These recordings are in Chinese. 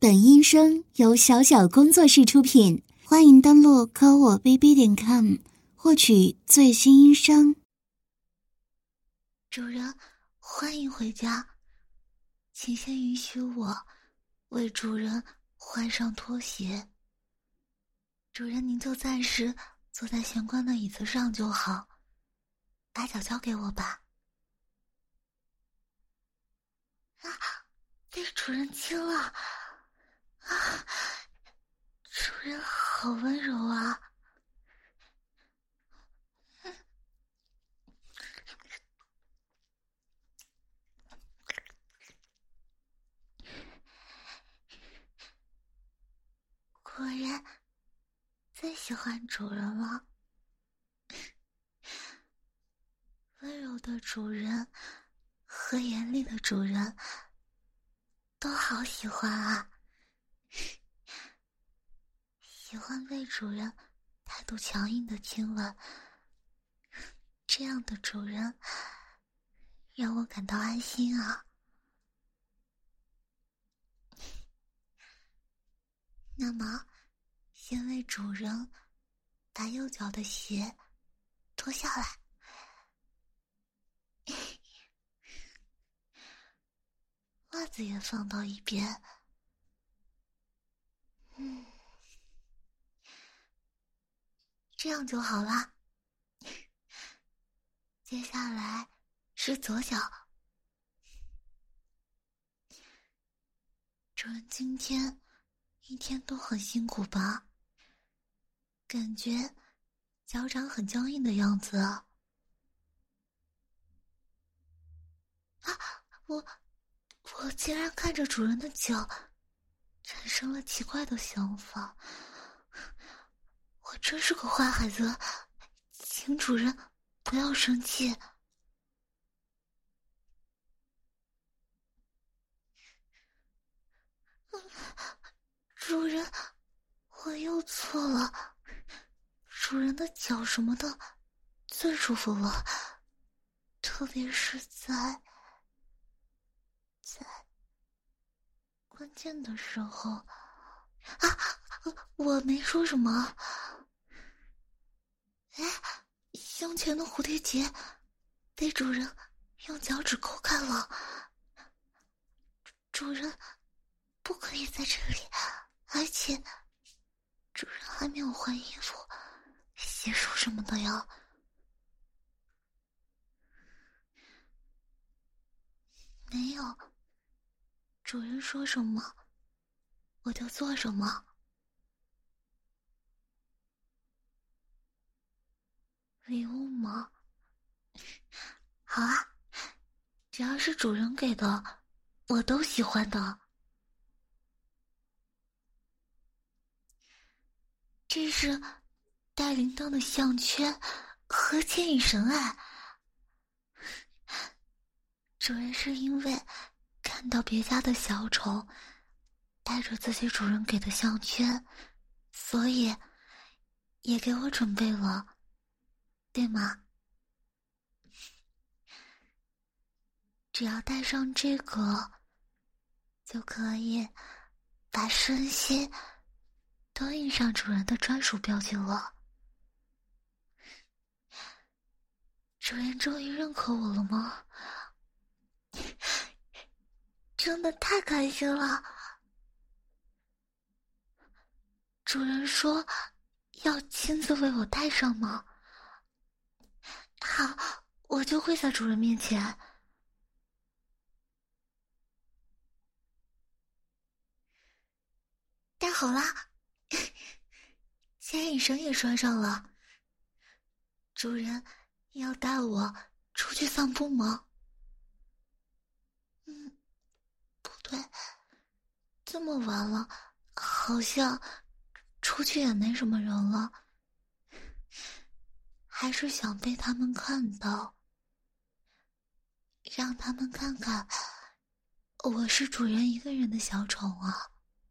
本音声由小小工作室出品，欢迎登录科我 bb.com 获取最新音声。 主人，欢迎回家，请先允许我为主人换上拖鞋。主人您就暂时坐在玄关的椅子上就好，把脚交给我吧。啊，被主人亲了！啊，主人好温柔啊！果然最喜欢主人了。温柔的主人和严厉的主人都好喜欢啊。喜欢被主人态度强硬的亲吻，这样的主人让我感到安心啊。那么先为主人把右脚的鞋脱下来，袜子也放到一边。这样就好啦。接下来是左脚。主人今天一天都很辛苦吧？感觉脚掌很僵硬的样子啊。我竟然看着主人的脚产生了奇怪的想法。我真是个坏孩子，请主人不要生气。主人，我又错了。主人的脚什么的最舒服了，特别是在关键的时候。我没说什么。胸前的蝴蝶结被主人用脚趾抠开了。主人不可以在这里，而且主人还没有换衣服、洗漱什么的呀。没有，主人说什么我就做什么。礼物吗？好啊，只要是主人给的我都喜欢的。这是带铃铛的项圈和牵引绳啊。主人是因为看到别家的小丑带着自己主人给的项圈，所以也给我准备了，对吗？只要戴上这个，就可以把身心都印上主人的专属标记了。主人终于认可我了吗？真的太开心了。主人说要亲自为我戴上吗？好，我就会在主人面前。戴好啦，牵引绳也拴上了。主人要带我出去散步吗？不对，这么晚了，好像出去也没什么人了。还是想被他们看到，让他们看看我是主人一个人的小宠啊。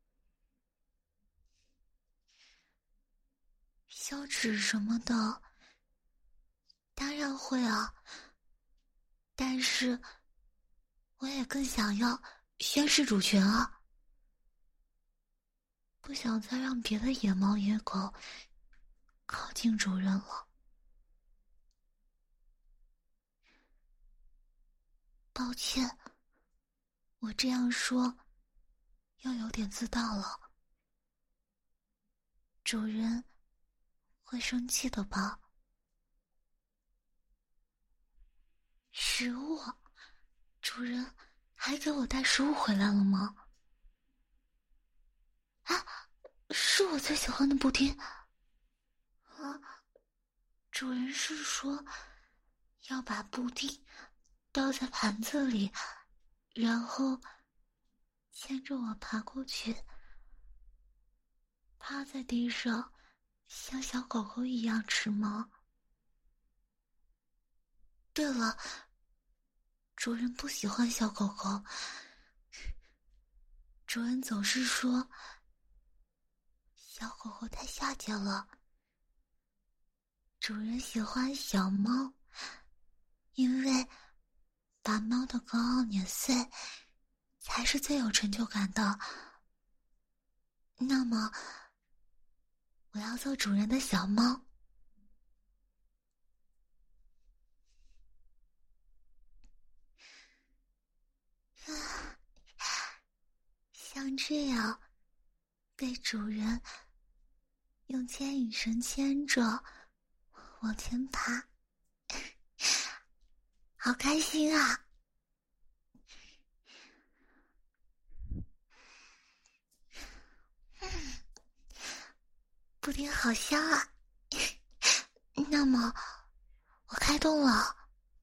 羞耻什么的当然会啊，但是我也更想要宣示主权啊。 不想再让别的野猫野狗靠近主人了。抱歉，我这样说又有点自大了，主人会生气的吧？食物？主人还给我带食物回来了吗？啊，是我最喜欢的布丁。啊，主人是说要把布丁倒在盘子里，然后牵着我爬过去，趴在地上，像小狗狗一样吃吗？对了，主人不喜欢小狗狗，主人总是说小狗狗太下贱了。主人喜欢小猫，因为把猫的高傲碾碎才是最有成就感的。那么我要做主人的小猫。像这样被主人用牵引绳牵着往前爬，好开心啊！布丁好香啊！那么我开动了。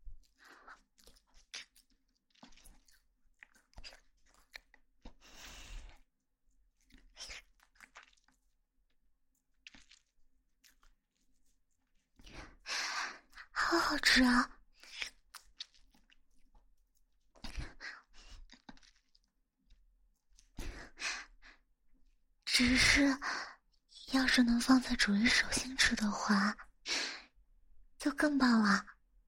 好好吃啊！只是要是能放在主人手心吃的话，就更棒了。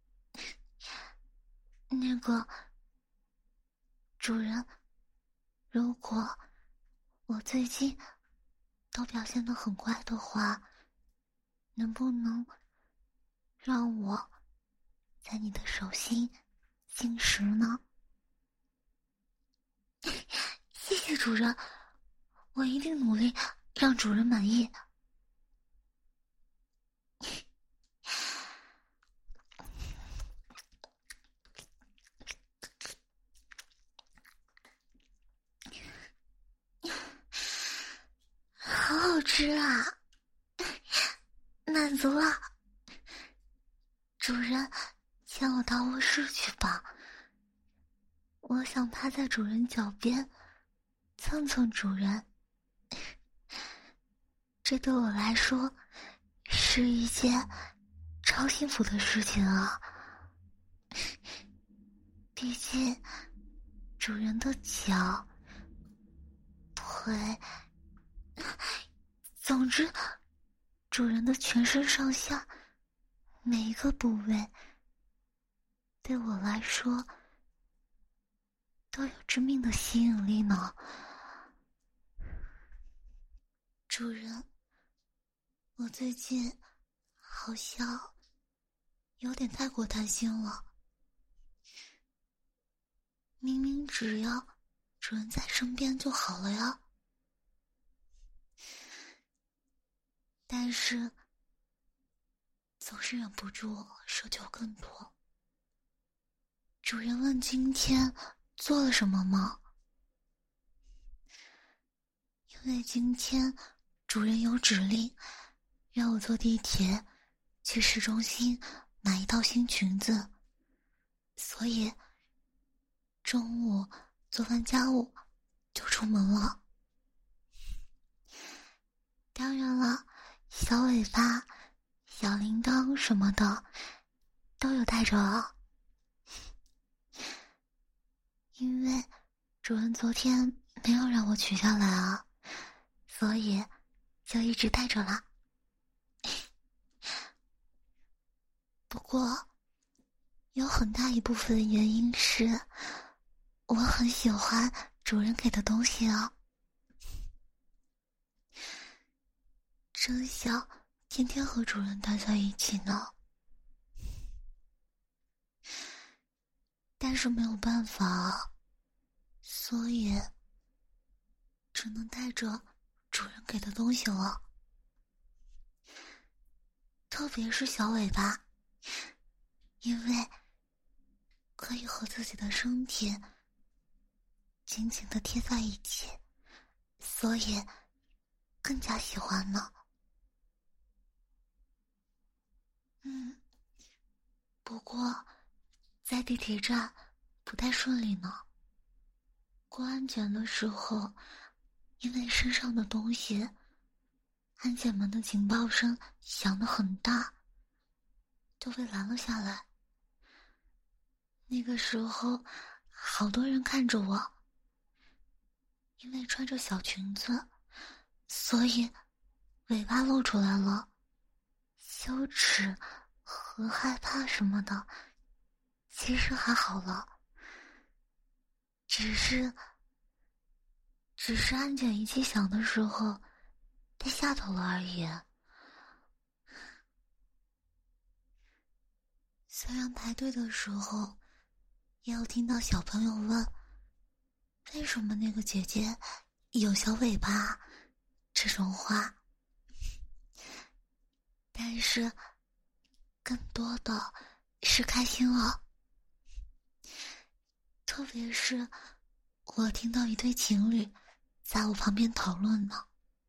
那个主人，如果我最近都表现得很乖的话，能不能让我在你的手心进食呢？谢谢主人，我一定努力让主人满意。好好吃啊！满足了。主人，牵我到卧室去吧。我想趴在主人脚边，蹭蹭主人。这对我来说是一件超幸福的事情啊！毕竟主人的脚、腿，总之主人的全身上下每一个部位对我来说都有致命的吸引力呢。主人，我最近好像有点太过贪心了。明明只要主人在身边就好了呀，但是总是忍不住奢求更多。主人问今天做了什么吗？因为今天主人有指令让我坐地铁去市中心买一套新裙子，所以中午做完家务就出门了。当然了，小尾巴、小铃铛什么的都有带着啊。因为主人昨天没有让我取下来啊，所以就一直带着啦。不过有很大一部分原因是我很喜欢主人给的东西啊。 真想天天和主人待在一起呢，但是没有办法，所以只能带着主人给的东西了。特别是小尾巴，因为可以和自己的身体紧紧地贴在一起，所以更加喜欢呢。不过在地铁站不太顺利呢。过安检的时候，因为身上的东西，安检门的警报声响得很大，就被拦了下来。那个时候好多人看着我，因为穿着小裙子，所以尾巴露出来了，羞耻和害怕什么的其实还好了，只是安检仪器响的时候被吓到了而已。虽然排队的时候也有听到小朋友问为什么那个姐姐有小尾巴这种话，但是更多的是开心了。特别是我听到一对情侣在我旁边讨论呢。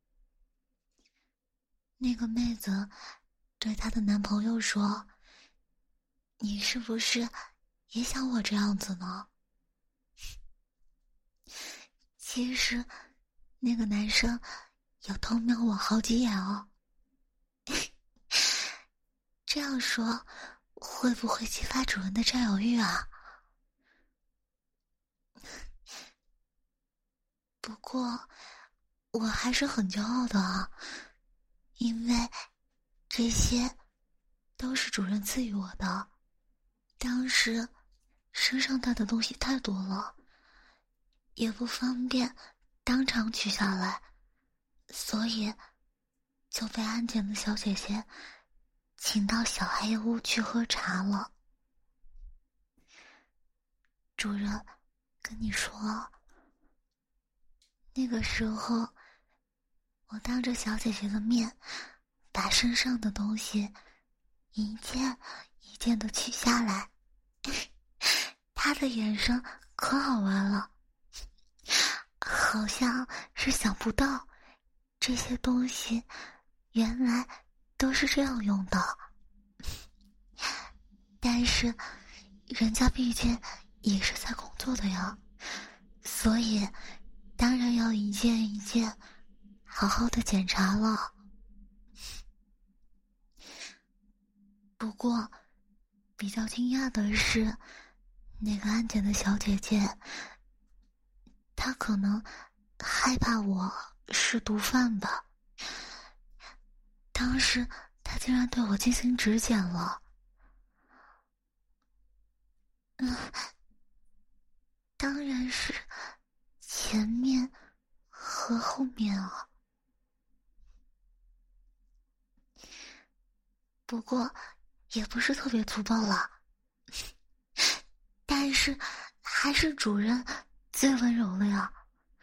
那个妹子对她的男朋友说，你是不是也想我这样子呢？其实那个男生有偷瞄我好几眼哦。这样说会不会激发主人的占有欲啊？不过我还是很骄傲的啊，因为这些都是主人赐予我的。当时身上带的东西太多了，也不方便当场取下来，所以就被安检的小姐姐请到小黑屋去喝茶了。主人跟你说，那个时候我当着小姐姐的面把身上的东西一件一件的取下来，她的眼神可好玩了，好像是想不到这些东西原来都是这样用的。但是人家毕竟也是在工作的呀，所以当然要一件一件好好的检查了。不过比较惊讶的是，那个安检的小姐姐她可能害怕我是毒贩吧，当时她竟然对我进行指检了。当然是前面和后面啊。不过也不是特别粗暴啦，但是还是主人最温柔了呀。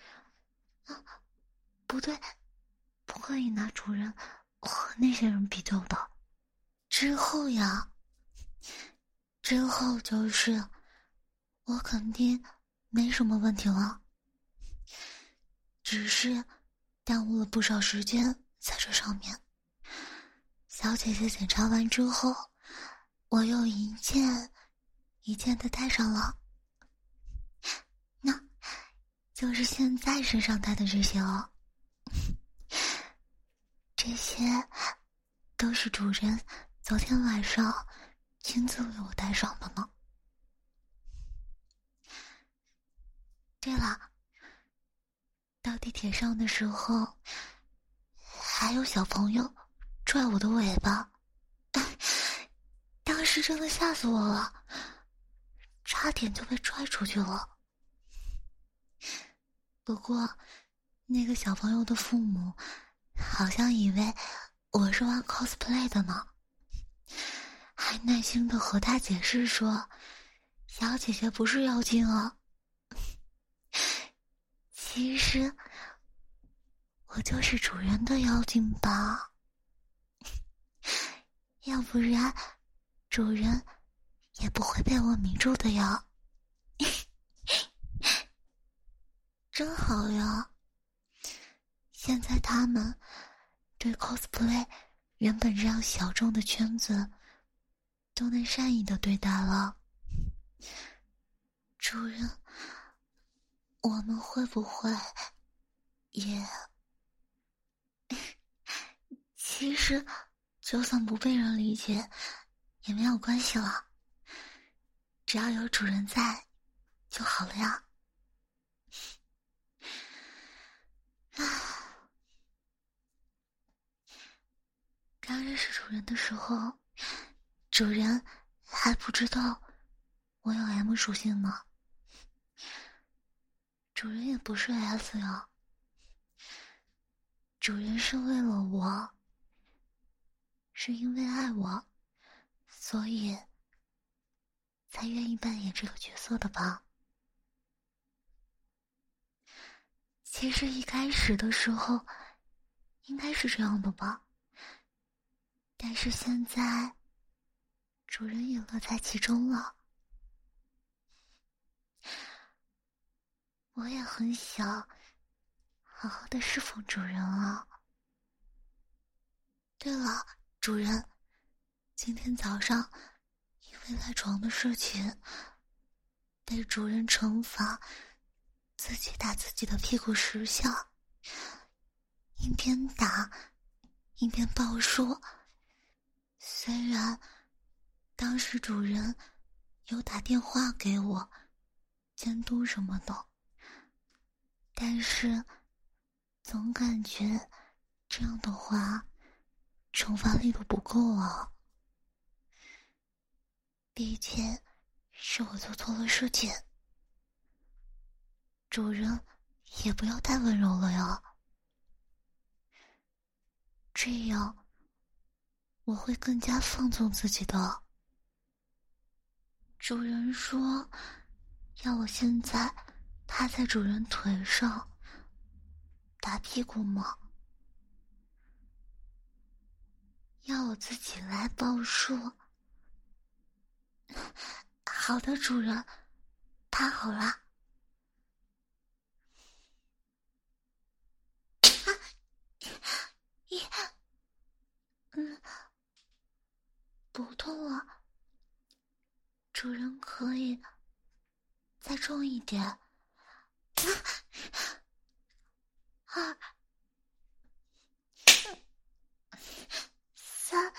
不对，不可以拿主人和那些人比较的。之后就是我肯定没什么问题了，只是耽误了不少时间在这上面。小姐姐检查完之后，我又一件一件的戴上了，那就是现在身上戴的这些哦。这些都是主人昨天晚上亲自为我戴上的呢。对了，到地铁上的时候，还有小朋友拽我的尾巴，当时真的吓死我了，差点就被拽出去了。不过那个小朋友的父母好像以为我是玩 cosplay 的呢，还耐心的和他解释说，小姐姐不是妖精哦，其实我就是主人的妖精吧，要不然主人也不会被我迷住的呀。真好呀，现在他们对 cosplay 原本这样小众的圈子都能善意的对待了。主人，我们会不会也……其实就算不被人理解也没有关系了，只要有主人在就好了呀。刚认识主人的时候，主人还不知道我有 M 属性呢，主人也不是 S 呀，主人是为了我，是因为爱我，所以才愿意扮演这个角色的吧。其实一开始的时候应该是这样的吧，但是现在主人也乐在其中了，我也很想好好的侍奉主人啊。对了，主人，今天早上因为赖床的事情被主人惩罚，自己打自己的屁股10下，一边打一边报数。虽然当时主人有打电话给我监督什么的，但是总感觉这样的话惩罚力度不够啊，毕竟是我做错了事情，主人也不要太温柔了呀，这样我会更加放纵自己的。主人说要我现在趴在主人腿上打屁股吗？要我自己来报数。好的，主人，趴好啦。不痛了，主人可以再重一点。2、3，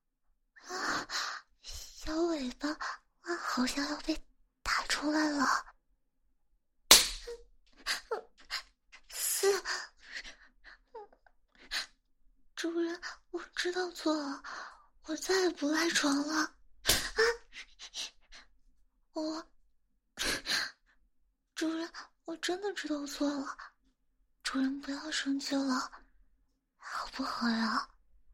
小尾巴好像要被打出来了。4，主人，我知道错了，我再也不赖床了。主人，我真的知道错了，主人不要生气了，好不好呀？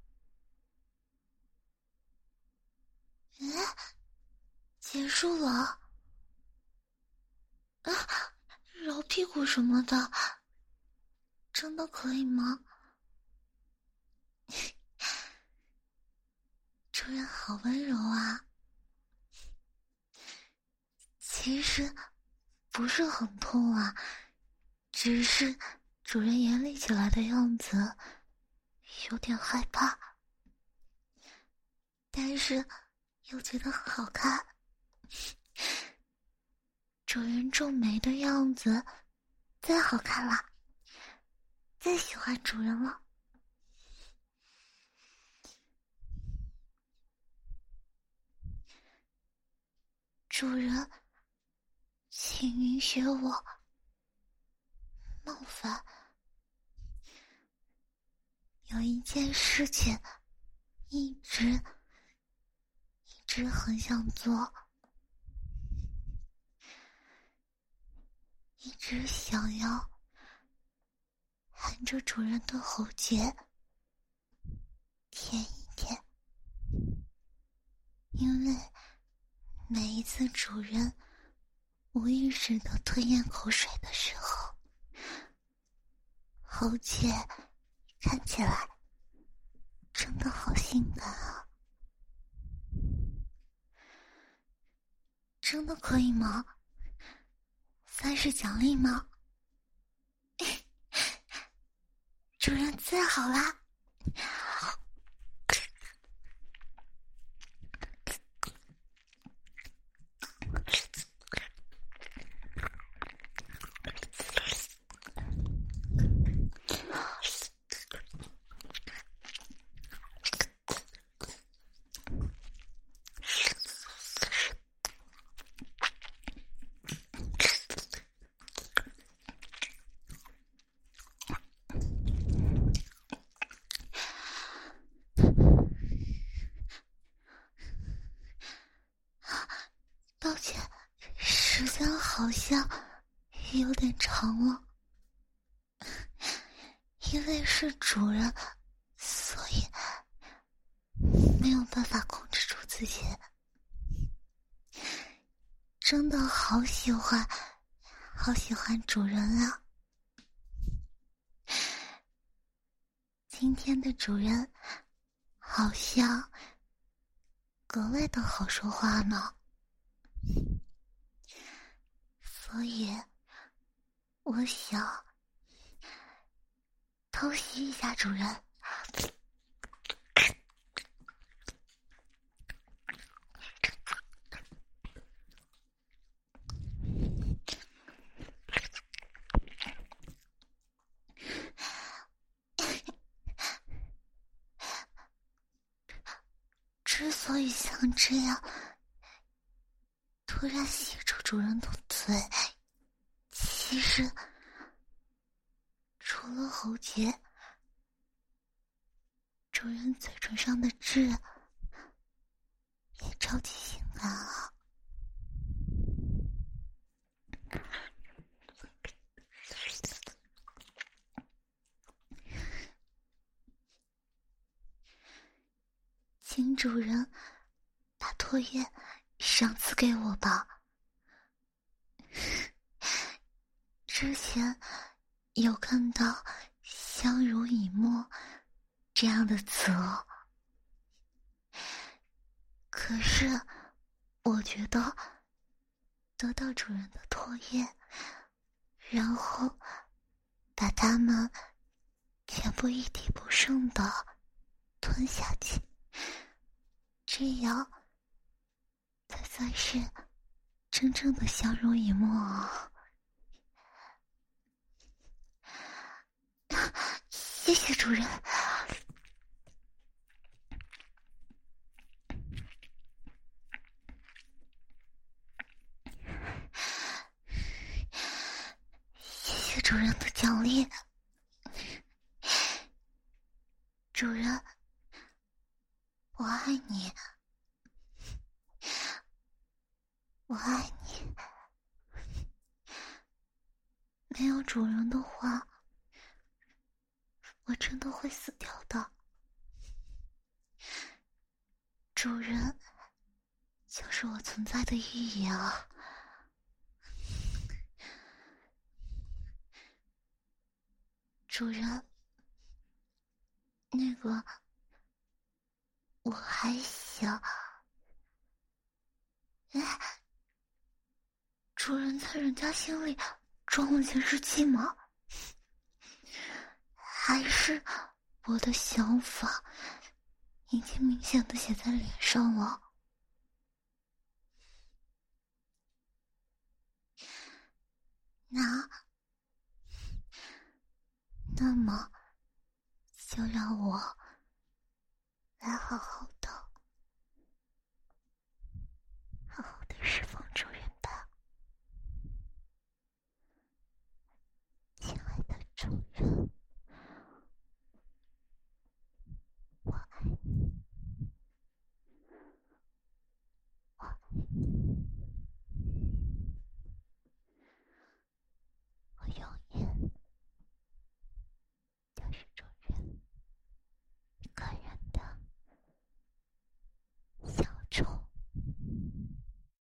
结束了。揉屁股什么的，真的可以吗？主人好温柔啊。其实不是很痛啊，只是主人严厉起来的样子有点害怕，但是又觉得很好看。主人皱眉的样子最好看了，最喜欢主人了。主人，请允许我冒犯，有一件事情一直很想做，一直想要含着主人的喉结舔一舔，因为每一次主人无意识地吞咽口水的时候，喉结看起来真的好性感啊！真的可以吗？算是奖励吗？主人最好啦！抱歉，时间好像有点长了，因为是主人，所以没有办法控制住自己。真的好喜欢，好喜欢主人啊！今天的主人好像格外的好说话呢。所以我想偷袭一下主人。之所以像这样突然吸住主人的嘴，其实除了喉结，主人嘴唇上的痣也超级性感啊！请主人把唾液赏赐给我吧。之前有看到相濡以沫这样的词哦，可是我觉得得到主人的唾液，然后把它们全部一滴不剩的吞下去，这样才算是真正的相濡以沫啊！谢谢主人。谢谢主人的奖励。主人，我爱你，我爱你。没有主人的话，我真的会死掉的。主人就是我存在的意义啊！主人，那个，我还想，主人在人家心里装了监视器吗？还是我的想法已经明显的写在脸上了？那么就让我来好好的释放主人吧，亲爱的主人。